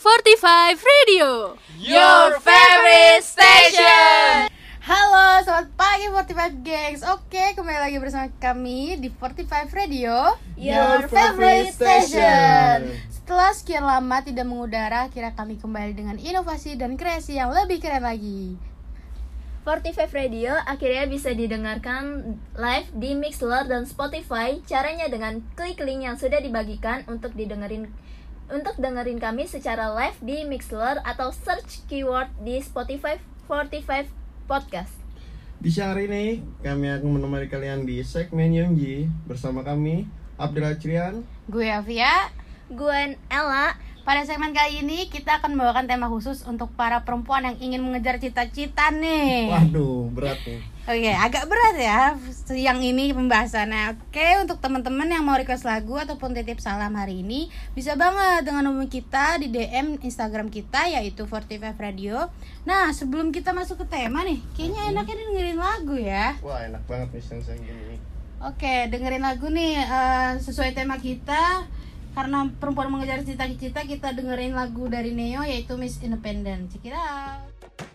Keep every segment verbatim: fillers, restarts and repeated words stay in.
forty-five Radio, your favorite station. Halo, selamat pagi forty-five Gengs. Oke, kembali lagi bersama kami di forty-five Radio, your favorite station. Setelah sekian lama tidak mengudara, akhirnya kami kembali dengan inovasi dan kreasi yang lebih keren lagi. forty-five Radio akhirnya bisa didengarkan live di Mixlr dan Spotify. Caranya dengan klik link yang sudah dibagikan untuk didengerin untuk dengerin kami secara live di Mixlr atau search keyword di Spotify forty-five Podcast. Di siang hari ini kami akan menemani kalian di segmen Yongji bersama kami Abdul Acrian, Gue Avia, gue Ella. Pada segmen kali ini kita akan membawakan tema khusus untuk para perempuan yang ingin mengejar cita-cita nih. Waduh, berat nih. Oke, agak berat ya siang ini pembahasannya. Oke, untuk teman-teman yang mau request lagu ataupun titip salam hari ini, bisa banget dengan hubungi kita di D M Instagram kita yaitu forty-five Radio. Nah, sebelum kita masuk ke tema nih, kayaknya enaknya dengerin lagu ya. Wah, enak banget nih siang-siang gini. Oke, dengerin lagu nih uh, sesuai tema kita. Karena perempuan mengejar cita-cita, kita dengerin lagu dari Neo yaitu Miss Independent. Check it out.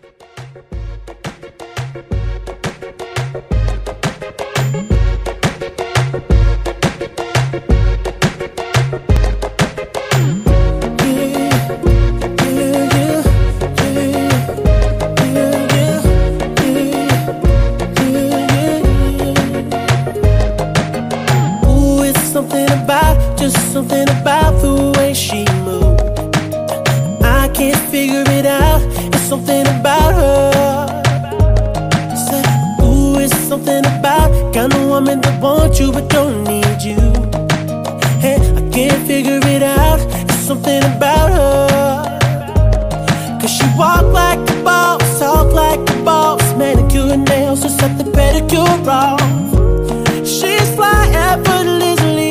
Something about the way she moved, I can't figure it out. It's something about her. Said, ooh, it's something about kind of woman that wants you but don't need you. Hey, I can't figure it out. It's something about her. Cause she walk like a boss, talk like a boss, manicure and nails, just set the pedicure off. She's fly effortlessly.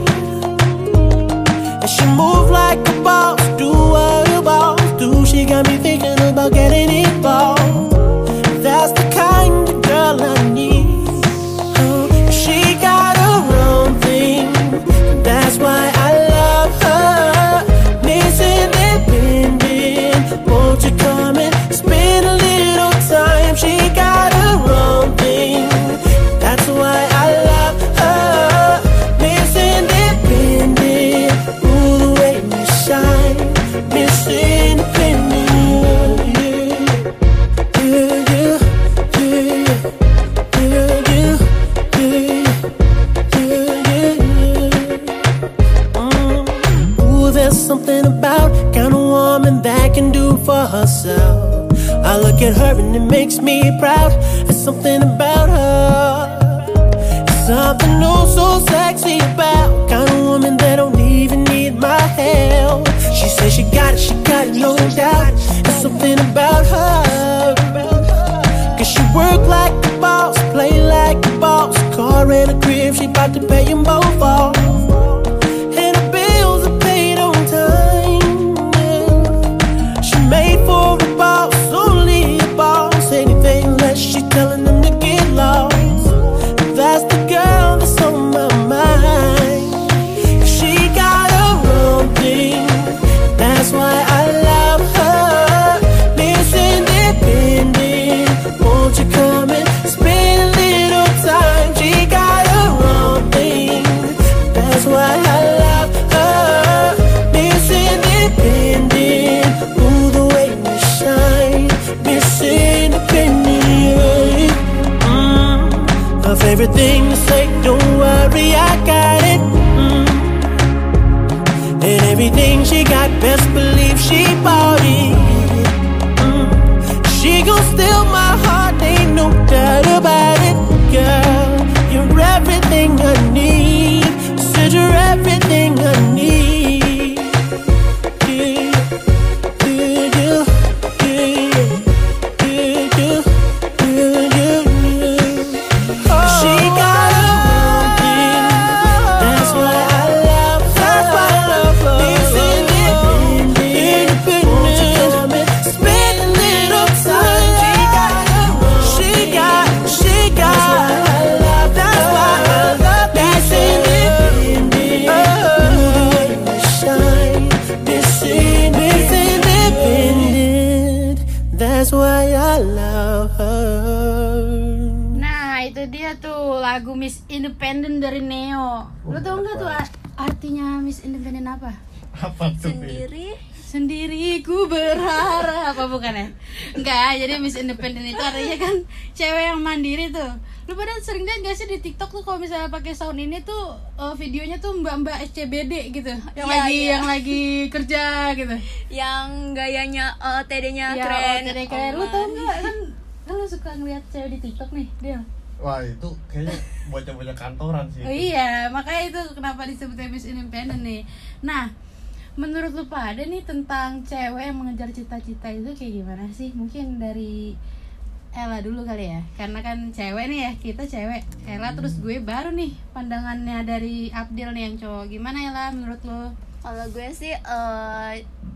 She move like a boss, do what a boss do. She got me thinking about getting involved. That's the kind of girl I need. Oh, she got her own thing, that's why I love her. Miss Independent, won't you come and spend a little time? She got her own thing, that's why I love her. Miss Independent, Miss Independent, yeah, yeah, yeah, yeah, yeah, yeah, yeah, yeah. Mm. Ooh, there's something about kind of woman that can do for herself. I look at her and it makes me proud. There's something about her, it's something oh so sexy about kind of woman that don't even need my help. She says she got it, she got it, no doubt. There's something about her. Cause she work like a boss, play like a boss. Car and a crib, she bout to pay them both off. And her bills are paid on time, yeah. She made for a boss, only a boss. Anything less, she telling them to get lost. That's the girl that's on my mind. She got her own thing, that's why I love her. Miss Independent, won't you come and spend a little time? She got her own thing, that's why I love her. Miss Independent, ooh, the way you shine. Miss Independent, mm. Her favorite thing to say, don't worry, I got it. Mm. And everything she got, best believe she bought it. Mm. She gon' steal my heart, ain't no doubt about it. Girl, you're everything I need. Said you're everything I need. Yeah, yeah, yeah, yeah, yeah, yeah, yeah, yeah, yeah. Oh. She got her own thing, that's why I love her. That's why I love her. Miss Independent, won't you come and spend a little time? She got her own, she got, she got. That's why I love her. That's why I love Miss Independent. Oh. That's why I love her. Nah itu dia tuh lagu Miss Independent dari Neo. Lu tau nggak tuh ar- artinya Miss Independent apa? Apa tuh? Sendiri. Sendiriku berharap apa bukan ya? Enggak, jadi Miss Independent itu artinya kan cewek yang mandiri tuh. Lu pada sering lihat gak sih di TikTok tuh kalau misalnya pakai sound ini tuh uh, videonya tuh mbak-mbak S C B D gitu, yang Iya, lagi iya. yang lagi kerja gitu. Yang gayanya O O T D-nya Ya, keren. O T D keren. Lu tau nggak kan? Kan lu suka ngeliat cewek di TikTok nih, dia. Wah itu kayaknya bocah-bocah kantoran sih. Oh iya, makanya itu kenapa disebutnya Miss Independent nih. Nah, menurut lu pada nih tentang cewek yang mengejar cita-cita itu kayak gimana sih? Mungkin dari Ella dulu kali ya, karena kan cewek nih ya, kita cewek. Ella terus gue baru nih pandangannya dari Abdil nih yang cowok. Gimana Ella menurut lu? Kalau gue sih eh,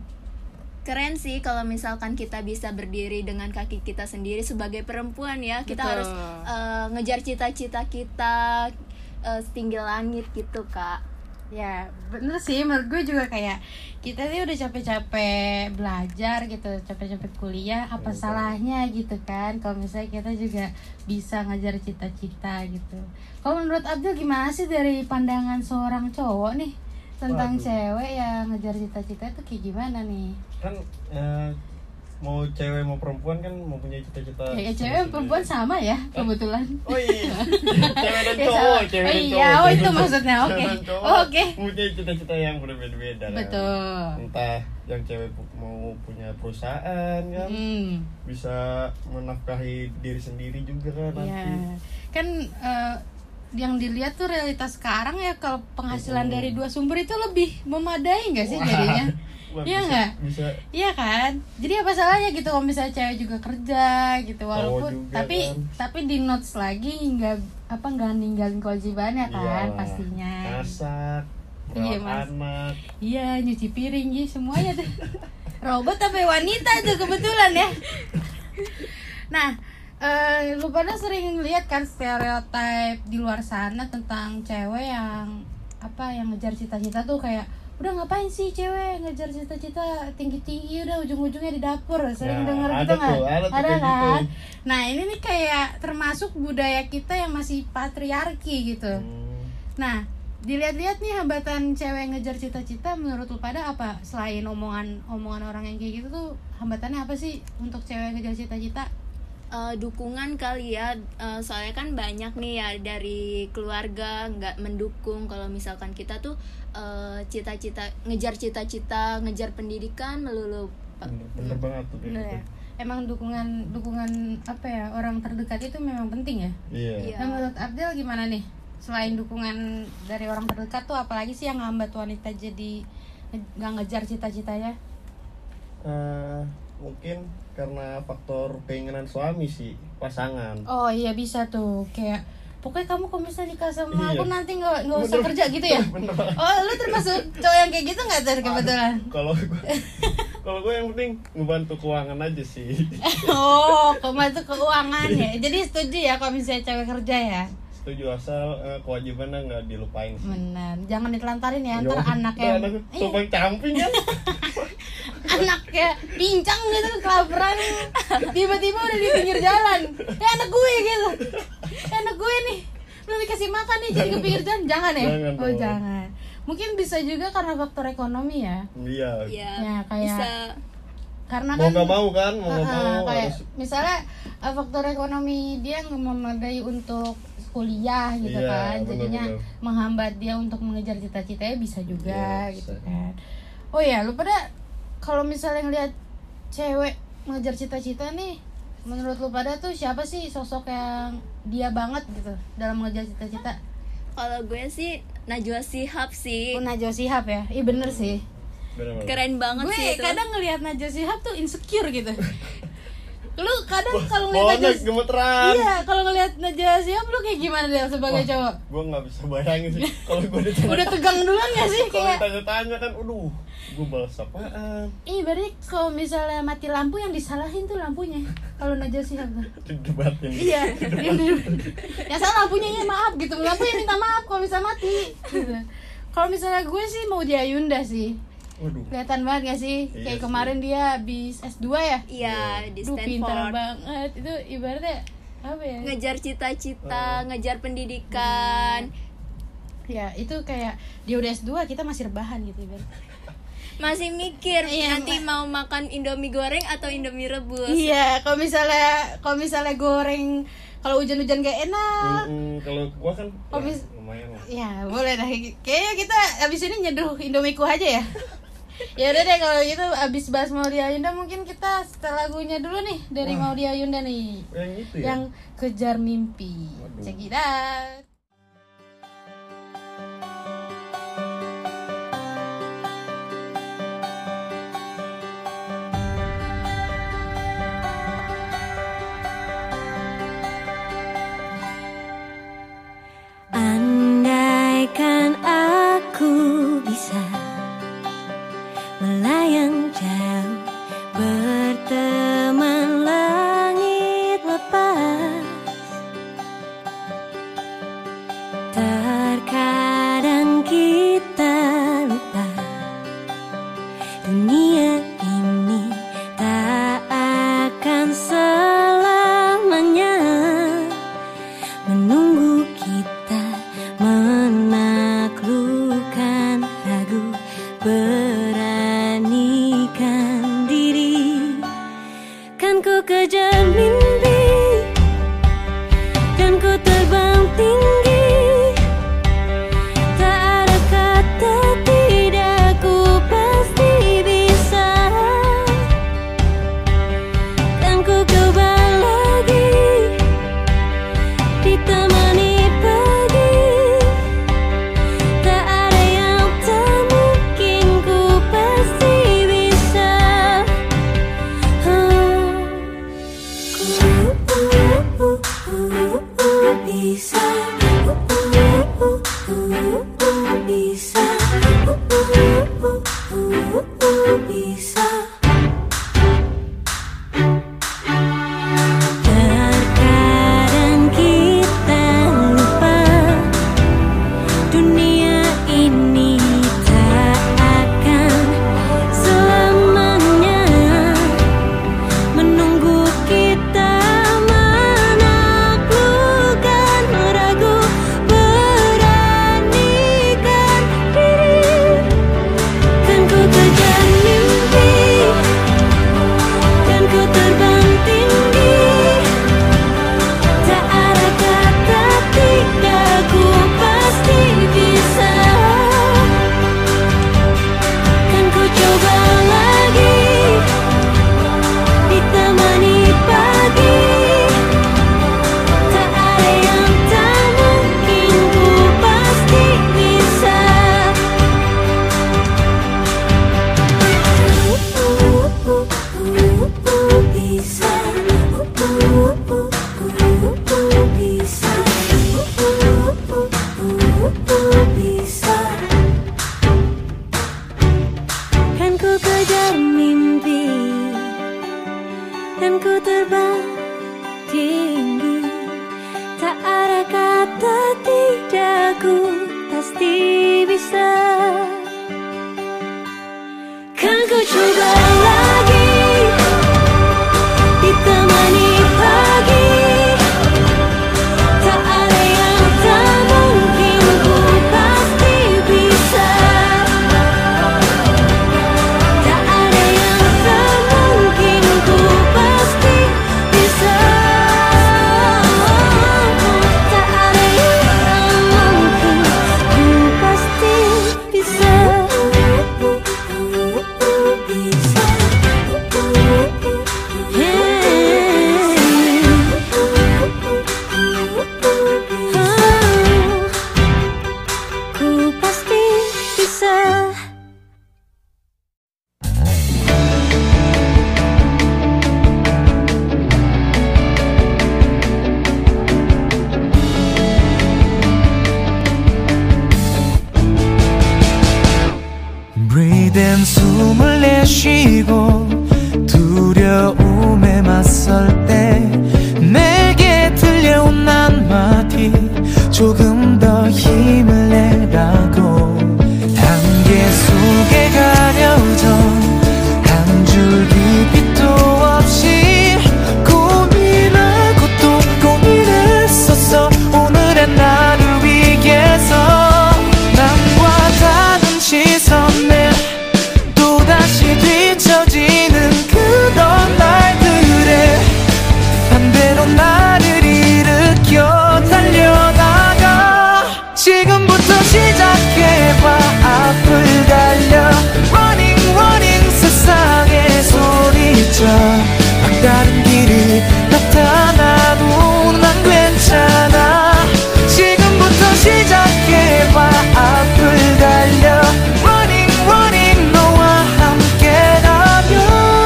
keren sih kalau misalkan kita bisa berdiri dengan kaki kita sendiri sebagai perempuan ya. Kita Betul. harus eh, ngejar cita-cita kita eh, setinggi langit gitu, Kak. Ya bener sih, menurut gue juga kayak kita nih udah capek-capek belajar gitu, capek-capek kuliah, apa Betul. salahnya gitu kan kalau misalnya kita juga bisa ngejar cita-cita gitu. Kalau menurut Abdul gimana sih dari pandangan seorang cowok nih tentang Waduh. cewek yang ngejar cita-cita itu kayak gimana nih? Kan eh, mau cewek mau perempuan kan mempunyai cita-cita. Ya, ya cewek sendiri-sendiri. perempuan sama ya kebetulan. Oh iya, cewek dan Ya, cowok, sama. cewek Oh dan iya, cowok. oh itu maksudnya, oke. Cewek dan cowok Oh, oke. Mempunyai cita-cita yang berbeda-beda. kan. Betul. Entah yang cewek pu- mau punya perusahaan kan, Hmm. bisa menafkahi diri sendiri juga kan nanti. Iya, kan eh, yang dilihat tuh realitas sekarang ya kalau penghasilan Mm. dari dua sumber itu lebih memadai nggak sih Wah. jadinya? Wah, Iya bisa- nggak? Bisa. Iya kan? Jadi apa salahnya gitu kalau misalnya cewek juga kerja gitu walaupun juga tapi kan. tapi di notes lagi nggak apa nggak ninggalin kewajibannya kan Iyalah. pastinya. Masak, Iya, merawat Mas. anak. Iya nyuci piring gitu semuanya tuh. Robot tapi wanita tuh kebetulan ya. Nah, eh, lu pada sering lihat kan stereotip di luar sana tentang cewek yang apa yang ngejar cita-cita tuh kayak udah ngapain sih cewek ngejar cita-cita tinggi-tinggi udah ujung-ujungnya di dapur sering Ya, dengar ada gitu nggak? tuh, ada tuh kayak kan? gitu. Nah ini nih kayak termasuk budaya kita yang masih patriarki gitu. Hmm. Nah, dilihat-lihat nih hambatan cewek ngejar cita-cita menurut lu pada apa? Selain omongan omongan orang yang kayak gitu tuh hambatannya apa sih untuk cewek ngejar cita-cita? Eh, dukungan kali ya. Eh, soalnya kan banyak nih ya dari keluarga nggak mendukung kalau misalkan kita tuh eh, cita-cita ngejar cita-cita ngejar pendidikan melulu. Bener, bener banget tuh kayak Bener gitu. ya? Emang dukungan dukungan apa ya orang terdekat itu memang penting ya? Iya. Iya. Nah, menurut Abdel gimana nih? Selain dukungan dari orang terdekat tuh apalagi sih yang ngehambat wanita jadi nge- nggak ngejar cita-citanya? Eh, mungkin karena faktor keinginan suami sih, pasangan. Oh iya bisa tuh kayak pokoknya kamu kalau misalnya nikah sama Iya. aku nanti nggak nggak usah Bener. kerja gitu ya? Bener. Oh lu termasuk cowok yang kayak gitu nggak tuh kebetulan? Kalau gue, kalau gue yang penting ngebantu keuangan aja sih. Oh kemana tuh keuangan ya? Jadi setuju ya kalau misalnya cewek kerja ya? Setuju asal eh, kewajibannya nggak dilupain sih. Benar, jangan ditelantarin ya ntar Yo, anaknya anak eh, tumpang camping kan. anaknya pincang gitu kelaparan tiba-tiba udah di pinggir jalan eh anak gue gitu eh anak gue nih belum dikasih makan nih jadi ke pinggir jalan jangan ya Jangan oh dong. jangan mungkin bisa juga karena faktor ekonomi ya Iya. Ya, Ya, kayak- bisa. karena Mau kan nggak mau kan, mau nggak uh-uh, mau kayak harus. misalnya uh, faktor ekonomi dia nggak memadai untuk kuliah gitu Iya, kan benar, jadinya benar. menghambat dia untuk mengejar cita-citanya bisa juga Iya, gitu bisa. kan oh ya lu pada kalau misalnya ngeliat cewek mengejar cita-cita nih menurut lu pada tuh siapa sih sosok yang dia banget gitu dalam mengejar cita-cita? Kalau gue sih Najwa Shihab sih. Oh, Najwa Shihab ya iya bener sih Bener-bener. Keren banget gue sih itu. kadang ngelihat Najwa Shihab tuh insecure gitu lu kadang kalau Bawa ngelihat anak gemeteran. iya kalau ngelihat Najwa Shihab lu kayak gimana Del sebagai Wah, cowok gue nggak bisa bayangin sih kalau gue ditanya. udah tegang duluan gak sih Kalau kayak ditanya-tanya kan, aduh, gue balas apaan? ih berarti kalau misalnya mati lampu yang disalahin tuh lampunya kalau Najwa Shihab tuh Didebatin. iya yang salah lampunya ya maaf gitu lampunya minta maaf kalau bisa mati gitu. Kalau misalnya gue sih mau Ayunda sih Waduh. Kelihatan banget gak sih? Iya Kayak sih. kemarin dia habis S dua ya? Iya, di Duh, pintar Stanford. banget. Itu ibaratnya apa ya? Ngejar cita-cita, Uh. ngejar pendidikan. Ya, itu kayak dia udah S dua, kita masih rebahan gitu ibaratnya. Masih mikir Iya, nanti mau makan Indomie goreng atau Indomie rebus. Iya, kalau misalnya kalau misalnya goreng kalau hujan-hujan gak enak. Mm-mm, kalau gua kan Oh, ya, mis- lumayan lah. Ya, boleh dah. Kayaknya kita abis ini nyeduh Indomie ku aja ya. Ya udah deh kalau gitu abis bahas Maudy Ayunda mungkin kita setelah lagunya dulu nih dari Wah. Maudy Ayunda nih. Yang itu ya. Yang Kejar Mimpi. Waduh. Check it out. Andaikan aku bisa melayang jauh berteman langit lepas, terkadang kita lupa dunia ini tak akan selamanya menunggu kita menaklukkan ragu, beranikan diri. Kan ku kejar mimpi, kan ku terbang tinggi, tak ada kata tidak, ku pasti bisa. Kan ku coba lagi, ditemani pagi, tak ada yang tak mungkin, ku pasti bisa. Oh, ku uh, uh, uh, uh, bisa, uh, uh, uh, uh, bisa, uh, uh, uh, uh, bisa. Terkadang kita lupa dunia ini tak akan selamanya menunggu kita menaklukkan ragu, beranikan diri. Kan ku kejar mimpi, 뒤처지는 그런 날들에 반대로 나를 일으켜 달려나가 지금부터 시작해봐 앞을 달려 Running running 세상에 소리쳐 막다른 길이 나타나도 난 괜찮아 지금부터 시작해봐 앞을 달려 Running running 너와 함께라면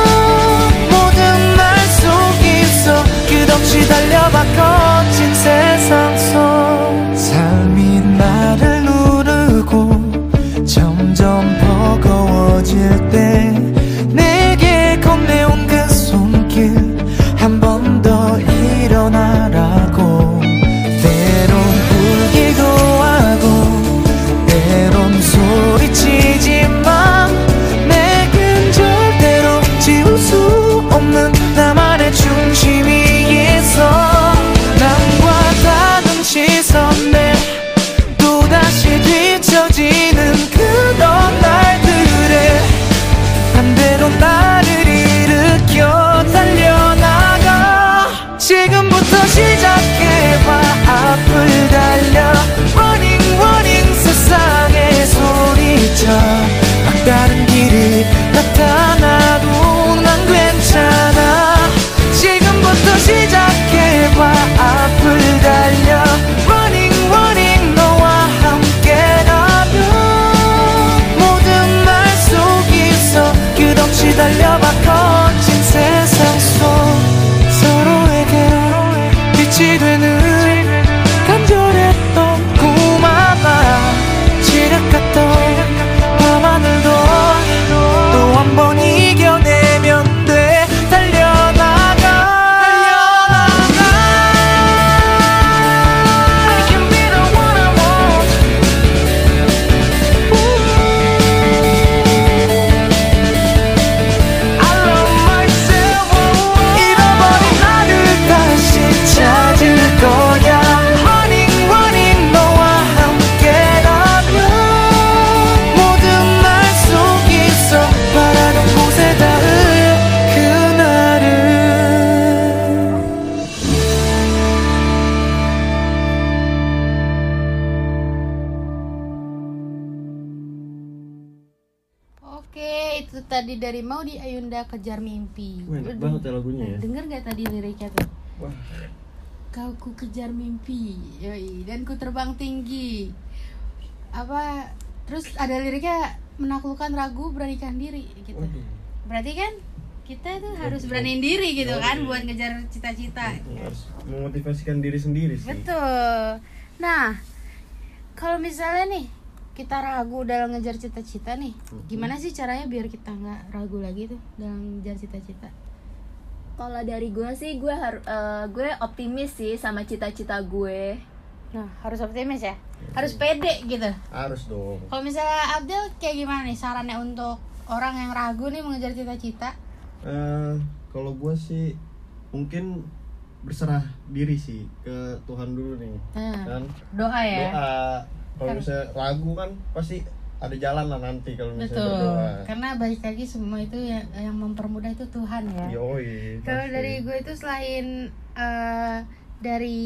모든 날 속에서 끝없이 달려봐 거친 세상 속 삶이 나를 누르고 점점 버거워질 때 내게 건네온 그 손길 한 번 더 일어나라고 때론 울기도 하고 때론 소리치지만 내겐 절대로 지울 수 없는 나만의 중심 위에서 남과 다른 시선에 또다시 뒤처지는 그런 날들에 반대로 나를 일으켜 달려나가 지금부터 시작해봐 앞을 달려 Running running 세상에 소리쳐 막다른 길이 나타나도 난 괜찮아 지금부터 시작해봐 앞을 달려 Running running 너와 함께라면 모든 날 속에서 끝없이 달려봐 거친 세상 속 서로에게 빛이 되는 간절했던 꿈하나 지력같던 밤하늘도 또 한 번 이겨내면 돼 달려나가 달려나가 I can be the one I want I love myself 잃어버린 나를 다시 찾을 거야 Running running 너와 함께라면 모든 날 속에서 바라던 곳에 닿을 그날을 Oke, itu tadi dari Maudy Ayunda Kejar Mimpi. Wah, enak banget ya lagunya ya. Denger gak tadi liriknya tuh? Wah, Kau ku kejar mimpi, yoi, dan ku terbang tinggi. Apa? Terus ada liriknya menaklukkan ragu, beranikan diri gitu. waduh. Berarti kan kita tuh harus Betul. beraniin diri gitu Yoi. kan buat ngejar cita-cita. Harus memotivasikan diri sendiri sih. Betul. Nah, kalau misalnya nih kita ragu dalam ngejar cita-cita nih, gimana sih caranya biar kita nggak ragu lagi tuh dalam ngejar cita-cita? Kalau dari gue sih gue har- eh, gue optimis sih sama cita-cita gue. Nah, harus optimis ya, harus pede gitu. Harus dong. Kalau misalnya Abdel kayak gimana nih sarannya untuk orang yang ragu nih mengejar cita-cita? Eh, kalau gue sih mungkin berserah diri sih ke Tuhan dulu nih. Nah, Kan doa ya. doa. Kalau Kan- misalnya ragu kan pasti ada jalan lah nanti kalau misalnya Betul. berdoa. Karena balik lagi semua itu yang, yang mempermudah itu Tuhan ya. Yoi. Kalau pasti. dari gue itu selain eh, dari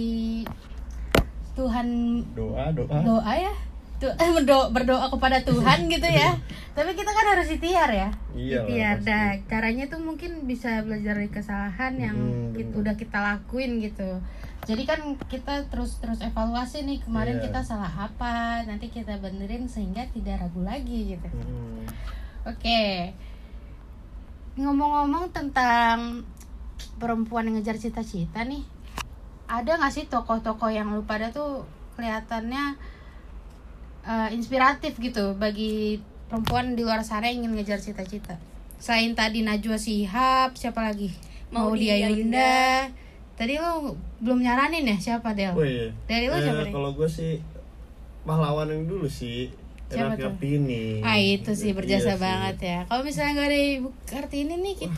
Tuhan doa doa. doa ya, tu- eh, berdoa, berdoa kepada Tuhan gitu ya. Tapi kita kan harus ikhtiar ya. Iya lah, Ikhtiar. pasti. Nah, caranya tuh mungkin bisa belajar dari kesalahan yang Hmm, kit- bener. udah kita lakuin gitu. Jadi kan kita terus terus evaluasi nih kemarin Iya. kita salah apa, nanti kita benerin sehingga tidak ragu lagi gitu. Hmm. Oke. Ngomong-ngomong tentang perempuan yang ngejar cita-cita nih, ada nggak sih tokoh-tokoh yang lu pada tuh kelihatannya eh, inspiratif gitu bagi perempuan di luar sana yang ingin ngejar cita-cita? Selain tadi Najwa Shihab, siapa lagi? Maudy Maudy Ayunda. Tadi lu belum nyaranin ya siapa Del? Oh iya. Dari lu Eh, siapa nih? Kalau gue sih pahlawan yang dulu sih. Siapa Era tuh? Kartini. Ah itu sih berjasa Iya sih. banget ya. Kalau misalnya nggak ada Ibu Kartini nih kita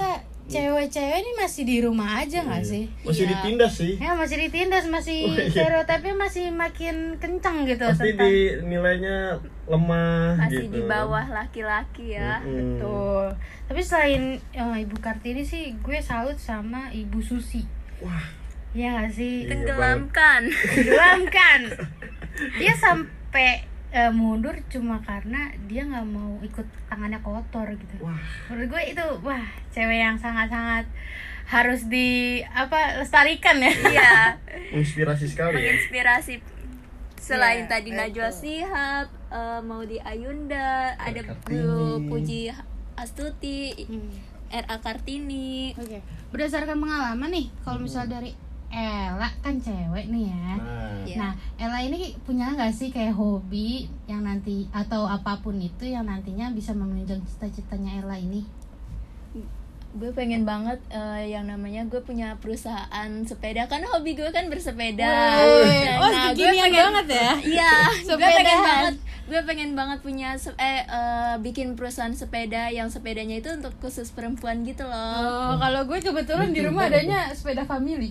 cewek-cewek ini masih di rumah aja nggak Iya. sih? Masih Iya. ditindas sih. Ya masih ditindas, masih Oh, iya. stereotipnya masih makin kencang gitu. Pasti tentang dinilainya lemah Masih gitu. di bawah laki-laki ya. Mm-mm. Tuh. Tapi selain eh, Ibu Kartini sih, gue salut sama Ibu Susi. Wah, Iya nggak sih? Iya. Tenggelamkan. Tenggelamkan. Dia sampai eh, mundur cuma karena dia nggak mau ikut tangannya kotor gitu. wah. Menurut gue itu wah cewek yang sangat-sangat harus di apa lestarikan ya. Iya, Inspirasi sekali ya. menginspirasi. Selain Iya, tadi Najwa Shihab, eh, Maudy Ayunda, ada Kartini. Bu Puji Astuti, Hmm. R A Kartini. Oke. Berdasarkan pengalaman nih, kalau misal dari Ella kan cewek nih ya. Nah, Iya. Nah, Ella ini punya nggak sih kayak hobi yang nanti atau apapun itu yang nantinya bisa menunjang cita-citanya Ella ini? Gue pengen banget eh, yang namanya gue punya perusahaan sepeda, kan hobi gue kan bersepeda. Wih, Nah, oh, nah, gue kekinian pengen banget ya. Iya, gue Sepedahan. pengen banget, gue pengen banget punya se- eh, eh, bikin perusahaan sepeda yang sepedanya itu untuk khusus perempuan gitu loh. Oh, kalau gue kebetulan di rumah adanya sepeda family.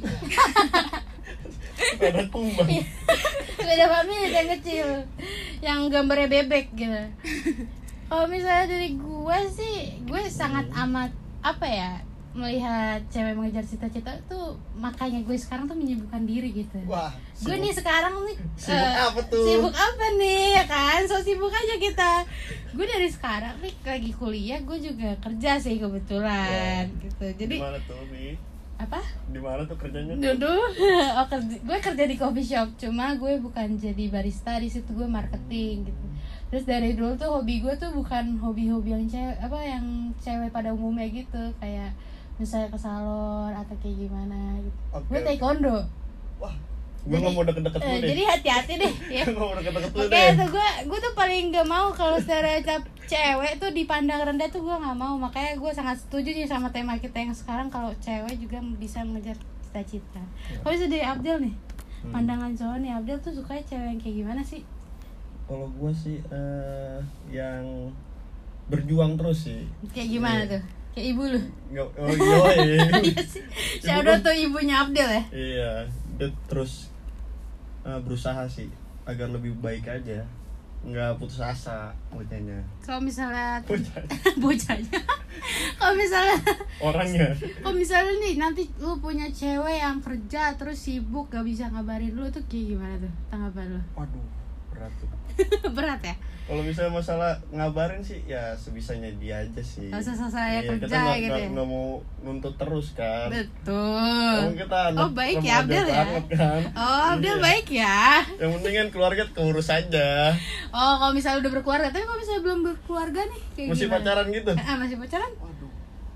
sepeda kumbang. Sepeda family yang kecil, yang gambarnya bebek gitu. Kalau misalnya dari gue sih, gue sangat amat apa ya melihat cewek mengejar cita-cita tuh, makanya gue sekarang tuh menyibukkan diri gitu. Wah, Gue nih sekarang nih Sibuk eh, apa tuh? Sibuk apa nih ya kan? So sibuk aja kita. Gue dari sekarang nih lagi kuliah, gue juga kerja sih kebetulan gitu. Jadi di mana tuh, Mi? apa? Di mana tuh kerjanya? tuh? Dulu oh, kerja, gue kerja di coffee shop, cuma gue bukan jadi barista, di situ gue marketing gitu. Terus dari dulu tuh hobi gue tuh bukan hobi-hobi yang cewek apa yang cewek pada umumnya gitu, kayak misalnya ke salon atau kayak gimana gitu. Oke. Gue taekwondo. Wah, gue nggak mau deket-deket eh, lu deh. jadi hati-hati deh ya. Gue nggak mau deket-deket lu Oke, deh. tuh gue gue tuh paling gak mau kalau stereotip cewek tuh dipandang rendah tuh gue nggak mau. Makanya gue sangat setuju nih sama tema kita yang sekarang, kalau cewek juga bisa mengejar cita-cita. Kalau bisa dari Abdel nih, Hmm. pandangan cowok nih, Abdel tuh sukanya cewek yang kayak gimana sih? Kalau gue sih eh, yang berjuang terus sih. Kayak gimana Iya. tuh? Kayak ibu lu? Nggak, oh iya. Iya sih. Shout tuh ibunya Abdel ya. Iya, dia terus eh, berusaha sih agar lebih baik aja, nggak putus asa bocahnya. Kalau misalnya Bocahnya. bocahnya, kalau misalnya Orangnya. kalau misalnya nih nanti lu punya cewek yang kerja terus sibuk gak bisa ngabarin lu tuh kayak gimana tuh tanggapan lu? Waduh, berat tuh. Berat ya? Kalau misalnya masalah ngabarin sih ya sebisanya dia aja sih. Gak usah selesai Iya, kerja kita nggak- gitu nggak- ya? nggak mau nuntut terus kan. Betul. Emang kita anak Oh baik ya remaja Abdel ya. banget kan. Oh Abdel Iya. baik ya. Yang penting kan keluarga keurus aja. Oh kalau misalnya udah berkeluarga, tapi kalau misalnya belum berkeluarga nih kayak Masih gimana? pacaran gitu. Ah masih pacaran? Waduh.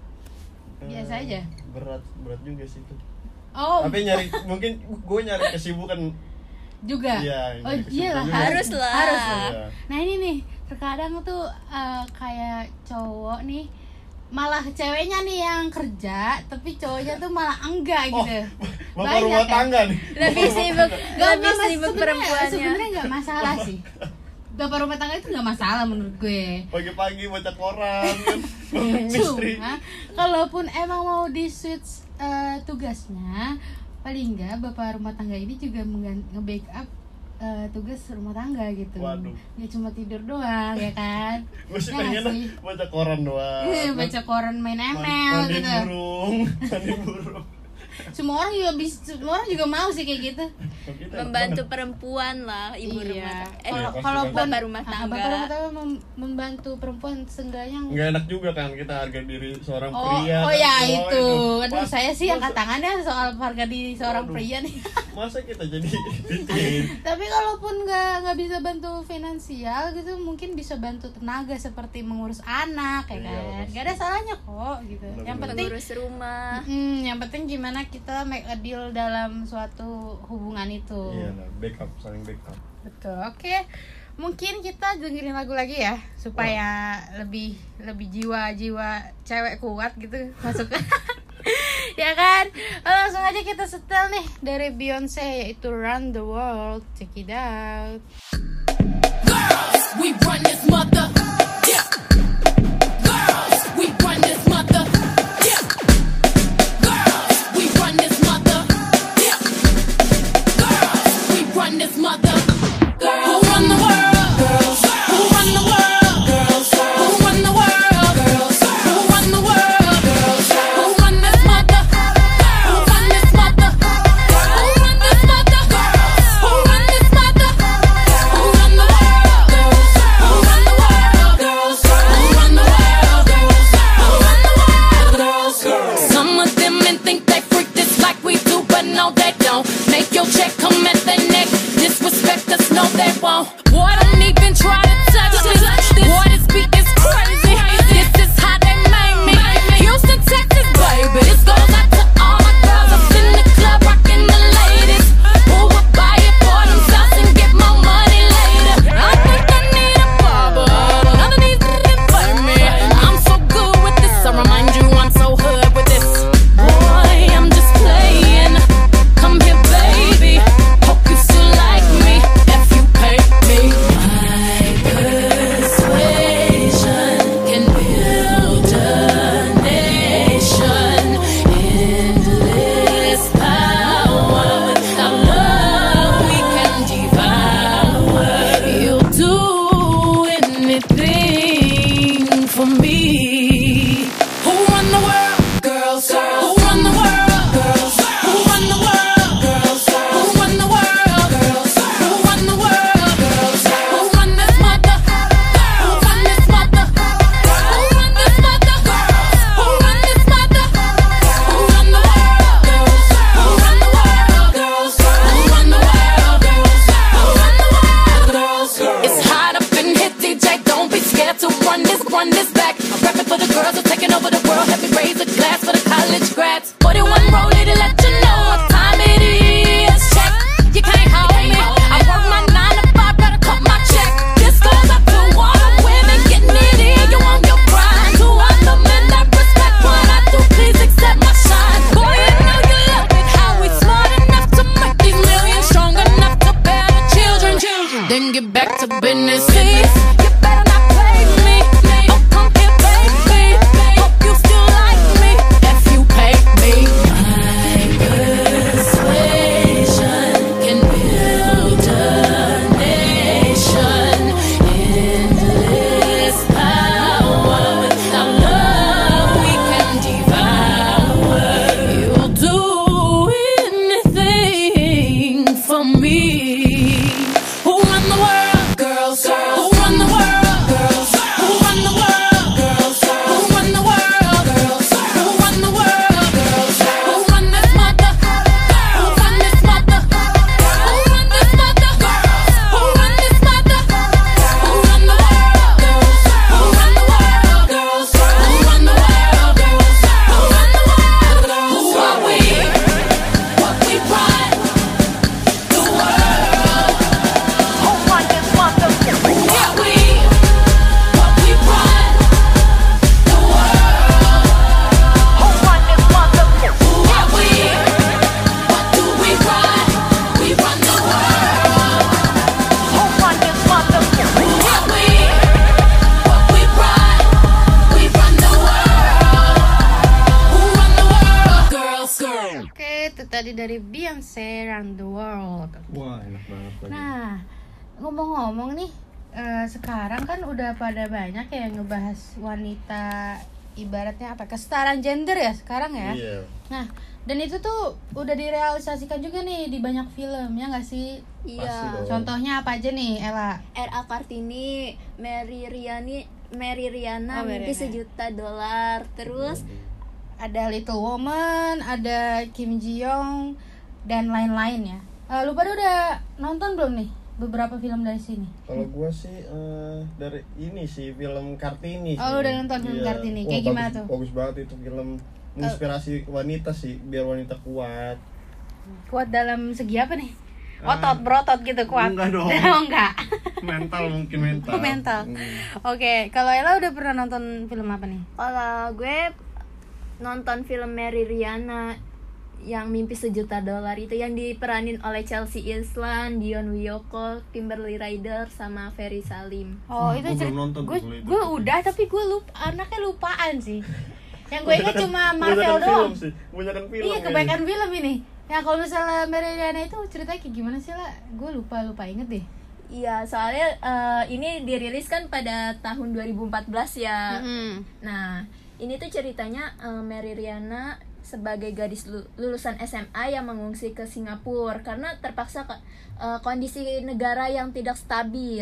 Biasa Eh, aja. Berat, berat juga sih itu. Oh Tapi nyari mungkin gue nyari kesibukan. juga. Iya, Oh nyari iya lah, kesibukan juga. Harus lah. Harus lah. Iya. Nah ini nih terkadang tuh eh, kayak cowok nih malah ceweknya nih yang kerja tapi cowoknya tuh malah enggak Oh, gitu. bapak Banyak rumah kan? tangga nih. Lebih sibuk, Gak, lebih gak, sibuk sebenarnya perempuannya. sebenarnya nggak masalah sih. Bapak rumah tangga itu nggak masalah menurut gue. Pagi-pagi baca koran kan. Bangun istri. Cuma kalaupun emang mau di switch eh, tugasnya, paling nggak bapak rumah tangga ini juga menggan- nge-backup eh, tugas rumah tangga gitu. Waduh. Ya cuma tidur doang ya kan. Gue sih Ya nggak pengen sih? baca koran doang. Baca koran, main M L Mandi gitu. burung, mandi burung. Semua orang juga bisa, semua orang juga mau sih kayak gitu. Kita Membantu banget. perempuan lah, ibu Iya. rumah tangga. Eh, Kalau pasti kalau kan. bapak rumah ah, tangga. bapak rumah tangga mem- membantu perempuan seenggaknya. Nggak enak juga kan kita harga diri seorang Oh, pria. oh kan. ya Oh, itu. Aduh, Mas- saya sih angkat masa- tangannya soal harga diri seorang Waduh. pria nih. Masa kita jadi titin? Tapi kalaupun nggak nggak bisa bantu finansial gitu, mungkin bisa bantu tenaga seperti mengurus anak ya Iya, kan. pasti. Gak ada salahnya kok gitu. Benar-benar. Yang penting Mengurus rumah. Hmm, yang penting gimana kita make a deal dalam suatu hubungan itu. Iya lah, backup, saling backup. Betul. Oke. Mungkin kita dengerin lagu lagi ya supaya lebih lebih jiwa-jiwa cewek kuat gitu masuk. Ya kan? Langsung aja kita setel nih dari Beyonce yaitu Run the World. Check it out. We run this mother. Yeah. Girls, we run this mother. Yeah. itu tadi dari Beyonce Around the World. Wah, enak banget lagi. Nah, ngomong-ngomong nih, uh, sekarang kan udah pada banyak ya yang ngebahas wanita, ibaratnya apa, kesetaraan gender ya sekarang ya. Iya. Nah, dan itu tuh udah direalisasikan juga nih di banyak film, ya nggak sih? Pasti Iya. dong. Contohnya apa aja nih, Ella? R A Kartini, Mary Riani, Mary Riana, Oh, Mary Mimpi Riana. Sejuta Dolar. Terus Ada Little Woman, ada Kim Ji Young, dan lain-lain ya. Uh, lu pada udah nonton belum nih beberapa film dari sini? Kalau gua sih eh, dari ini sih film Kartini sih. Oh, lu udah nonton film Kartini. Kayak Wah, gimana bagus, tuh? Bagus banget itu film, menginspirasi wanita sih, biar wanita kuat. Kuat dalam segi apa nih? Ah. Otot, berotot gitu kuat? Enggak dong. Oh, enggak. Mental mungkin mental. Oh, mental. Hmm. Oke, kalau Ella udah pernah nonton film apa nih? kalau gue nonton film Mary Riana yang Mimpi Sejuta Dolar itu yang diperanin oleh Chelsea Islan, Dion Wiyoko, Kimberly Ryder sama Ferry Salim. Oh, Hmm, itu gua belum cerit- nonton tuh gue kalau itu. gue udah tapi gue lupa, anaknya lupaan sih. Yang gue ingat cuma Marvel Kebanyakan doang. film sih, kebanyakan film. Iya, kayaknya. kebaikan film ini. Ya kalau misalnya Mary Riana itu ceritanya kayak gimana sih lah? Gue lupa lupa inget deh. Iya, soalnya eh, ini dirilis kan pada tahun dua ribu empat belas ya. Mm-mm. Nah, ini tuh ceritanya eh, Mary Riana sebagai gadis lu- lulusan S M A yang mengungsi ke Singapura karena terpaksa ke- eh, kondisi negara yang tidak stabil.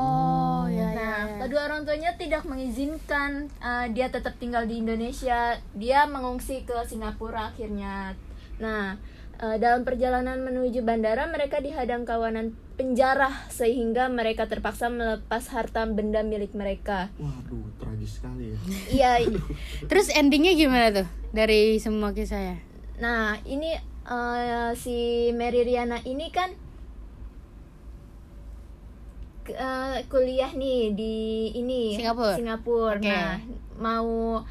Oh, ya ya. Nah, ya. kedua orang tuanya tidak mengizinkan uh, dia tetap tinggal di Indonesia. Dia mengungsi ke Singapura akhirnya. Nah, uh, dalam perjalanan menuju bandara mereka dihadang kawanan penjara sehingga mereka terpaksa melepas harta benda milik mereka. Waduh, tragis sekali ya. Iya. Terus endingnya gimana tuh dari semua kisahnya? Nah, ini uh, si Mary Riana ini kan ke- uh, kuliah nih di ini Singapura? Singapura. Oke. Nah, mau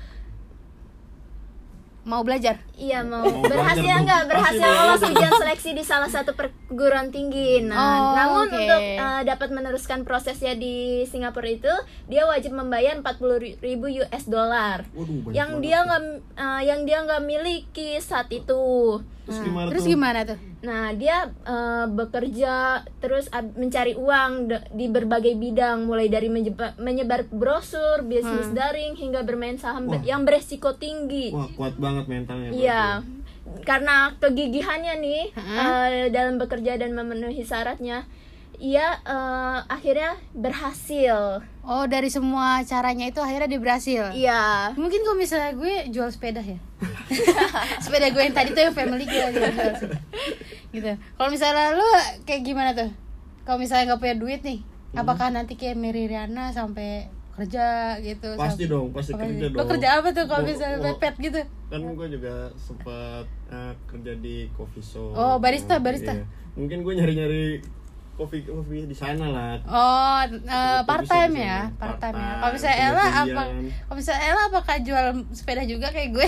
Mau belajar? iya mau Mau berhasil belajar, nggak Bu. berhasil Pasti lolos belajar. ujian seleksi di salah satu perguruan tinggi. Nah, Oh, namun oke. untuk uh, dapat meneruskan prosesnya di Singapura itu dia wajib membayar empat puluh ribu U S dollar Waduh, banyak yang banget dia tuh. nggak uh, yang dia nggak miliki saat itu. Terus Nah, gimana terus tuh? gimana tuh? Nah, dia uh, bekerja terus ab- mencari uang de- di berbagai bidang, mulai dari menjeba- menyebar brosur, bisnis Hmm. daring hingga bermain saham be- Wah. yang beresiko tinggi. Wah, kuat banget mentalnya. Iya, karena kegigihannya nih Hmm. uh, dalam bekerja dan memenuhi syaratnya, ia uh, akhirnya berhasil. Oh, dari semua caranya itu akhirnya dia berhasil. Iya. Mungkin kalau misalnya gue jual sepeda ya. Sepeda gue yang tadi tuh yang family gue lagi jual sih. Gitu. Kalau misalnya lu kayak gimana tuh? Kalau misalnya nggak punya duit nih, apakah nanti kayak Mary Riana sampai kerja gitu? Pasti sampai- dong, pasti apa kerja sih? dong. Lo kerja apa tuh kalau Gua- misalnya gua- mepet gitu? Kan gue juga sempat eh, kerja di coffee shop. Oh, barista, Nah, barista. iya. Mungkin gue nyari-nyari kopi kopi di sana lah. Oh, uh, Tapi part bisa time di ya, sana. part time ya. Part-time, Kalau misalnya sambil Ella apa? kuliah. Kalau misalnya Ella apakah jual sepeda juga kayak gue?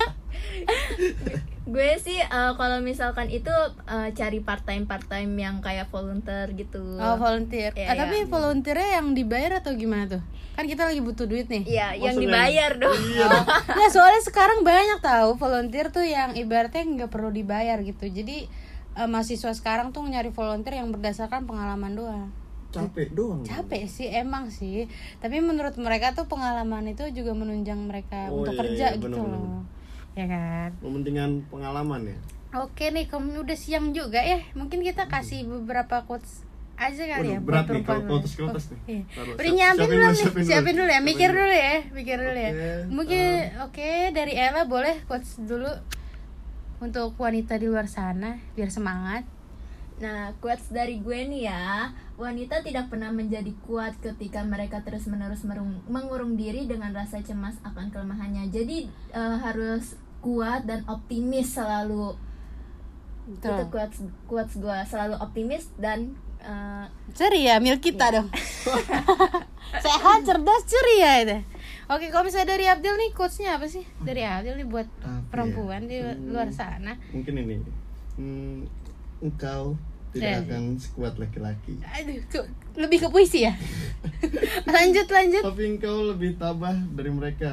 Gue sih uh, kalau misalkan itu uh, cari part time part time yang kayak volunteer gitu. Oh, volunteer. Iya, Ah, tapi iya. volunteernya yang dibayar atau gimana tuh? Kan kita lagi butuh duit nih. Iya, yang Maksudnya- dibayar dong. Iya. Nah, soalnya sekarang banyak tahu volunteer tuh yang ibaratnya nggak perlu dibayar gitu. Jadi eh, mahasiswa sekarang tuh nyari volunteer yang berdasarkan pengalaman doang. Capek doang. Capek sih emang sih. Tapi menurut mereka tuh pengalaman itu juga menunjang mereka Oh, untuk iya, kerja iya, gitu bener-bener. loh. Ya kan? Mementingkan pengalaman ya. Oke nih, kamu udah siang juga ya. Mungkin kita kasih beberapa quotes aja kali Waduh, ya. berat buat nih kalau perempuan. quotes-quotes nih. Iya. Taruh, Udah siap- nyiapin siapin belum dulu, nih? siapin Siapin dulu. dulu ya, Siapin mikir dulu. dulu ya, mikir dulu ya. Oke, Mungkin uh. oke dari Ella boleh quotes dulu untuk wanita di luar sana biar semangat. Nah, quotes dari gue nih ya, wanita tidak pernah menjadi kuat ketika mereka terus-menerus merung- mengurung diri dengan rasa cemas akan kelemahannya. Jadi eh, harus kuat dan optimis selalu. Itu Betul. quotes quotes gue, selalu optimis dan eh, Ceria, milik kita dong. Sehat, cerdas, ceria itu. Oke, kalau misalnya dari Abdil nih quotesnya apa sih? Dari Abdil nih buat Apa perempuan ya? di Hmm. luar sana. Mungkin ini. Hmm, engkau Ya. tidak akan sekuat laki-laki. Aduh, tuh, lebih ke puisi ya. lanjut, lanjut. Tapi engkau lebih tabah dari mereka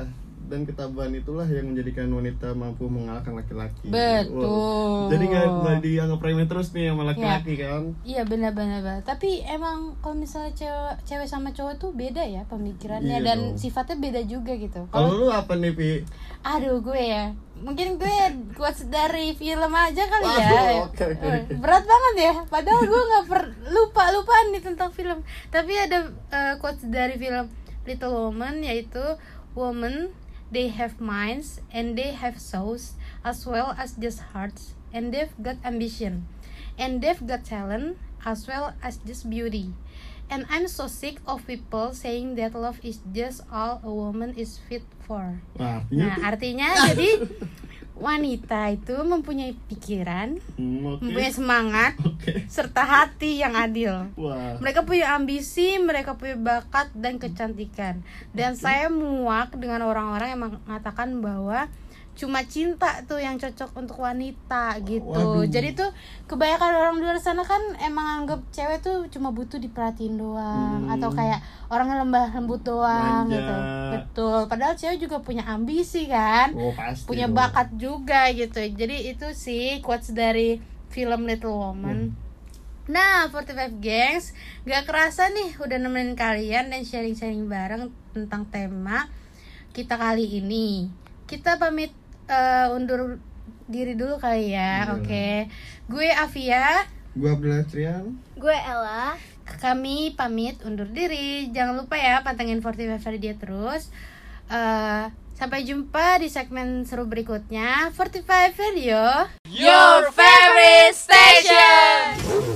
dan ketabahan itulah yang menjadikan wanita mampu mengalahkan laki-laki. Betul. Wow. Jadi nggak nggak dianggap remeh terus nih sama laki-laki ya. Kan? Iya benar-benar. Tapi emang kalau misalnya cewek, cewek sama cowok tuh beda ya pemikirannya iya dan dong. Sifatnya beda juga gitu. Kalau lu apa nih Pi? Aduh gue ya, mungkin gue quotes dari film aja kali Waduh, ya. okay, okay. Berat banget ya. Padahal gue nggak per lupa lupaan nih tentang film. Tapi ada uh, quotes dari film Little Woman, yaitu women they have minds and they have souls as well as just hearts, and they've got ambition and they've got talent as well as just beauty. And I'm so sick of people saying that love is just all a woman is fit for. Nah, nah artinya jadi wanita itu mempunyai pikiran, hmm, okay. mempunyai semangat, okay. serta hati yang adil. Wow. Mereka punya ambisi, mereka punya bakat dan kecantikan. Dan okay. saya muak dengan orang-orang yang mengatakan bahwa cuma cinta tuh yang cocok untuk wanita gitu. Waduh. Jadi tuh kebanyakan orang di luar sana kan emang anggap cewek tuh cuma butuh diperhatiin doang, hmm. atau kayak orangnya lembah lembut doang. Manja. Gitu. Betul. Padahal cewek juga punya ambisi kan, oh, pasti punya dong. Bakat juga gitu. Jadi itu sih quotes dari film Little Woman. Hmm. Nah, forty-five Gengs, gak kerasa nih udah nemenin kalian dan sharing-sharing bareng tentang tema kita kali ini. Kita pamit Uh, undur diri dulu kali ya, oke. Okay. Gue Afia. Gue Abdullah Trian. Gue Ella. Kami pamit undur diri. Jangan lupa ya pantengin forty-five Radio terus. uh, Sampai jumpa di segmen seru berikutnya. forty-five Radio, your favorite station.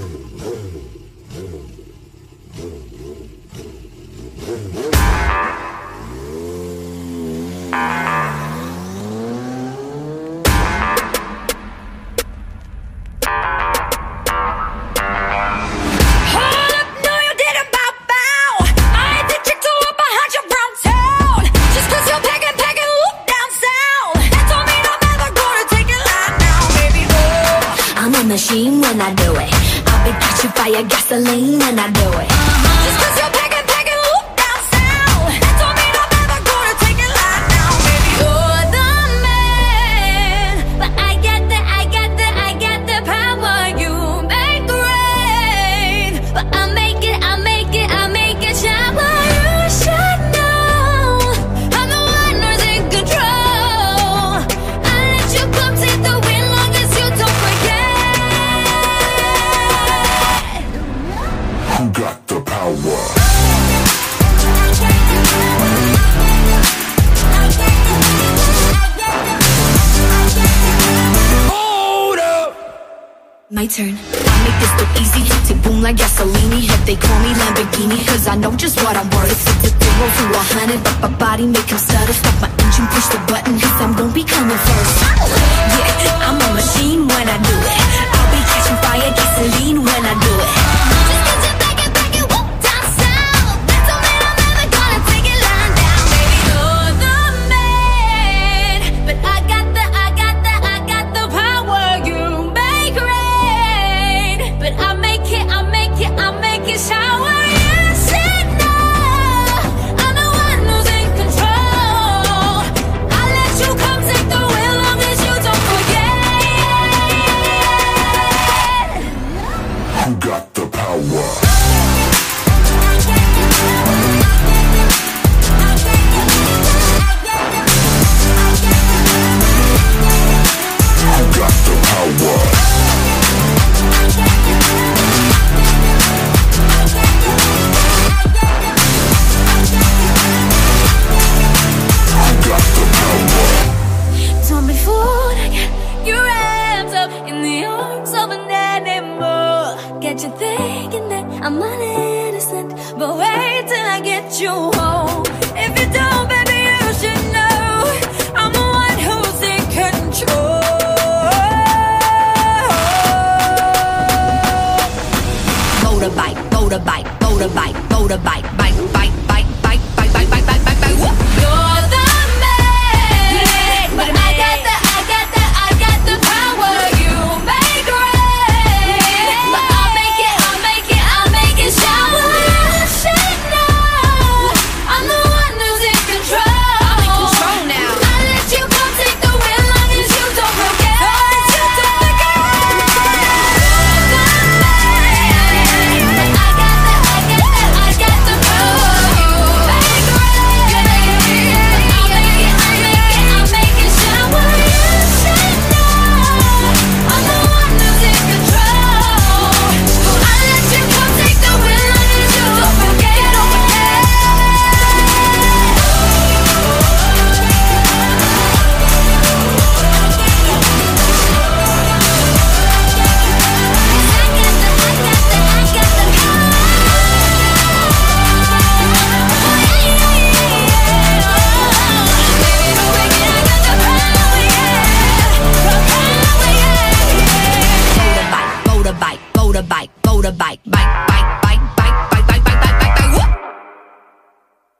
Machine when I do it, I'll be catching fire, gasoline when I do it. Uh-huh. Just cause you're packing, packing, whoop down south. That don't mean I'm never gonna take it lying down, baby. You're the man, but I got the, I got the, I got the power. You make rain, but I make it, I make it, I make it shower. You should know, I'm the one who's in control. I let you come take the wind long as you don't forget. Who got the power? Hold up! My turn. I make this look easy. To boom like gasoline. If they call me Lamborghini, cause I know just what I'm worth. It's a zero to a hundred, but my body make him stutter. Stop my engine, push the button, cause I'm gon' be coming first. Yeah, I'm a machine when I do it. I'll be catching fire, gasoline when I do it. Just cause you're back and back and whoop down south. That don't mean I'm never gonna take it lying down, baby. You're the man, but I got the, I got the, I got the power. You make rain, but I make it, I make it, I make it shower. You should know, I'm the one who's in control. I let you come take the wheel long as you don't forget. Who got the power? Who got the power? Who got the power? Don't be fooled, get your hands up in the arms of an animal. Get you thinking that I'm not innocent, but wait till I get you home.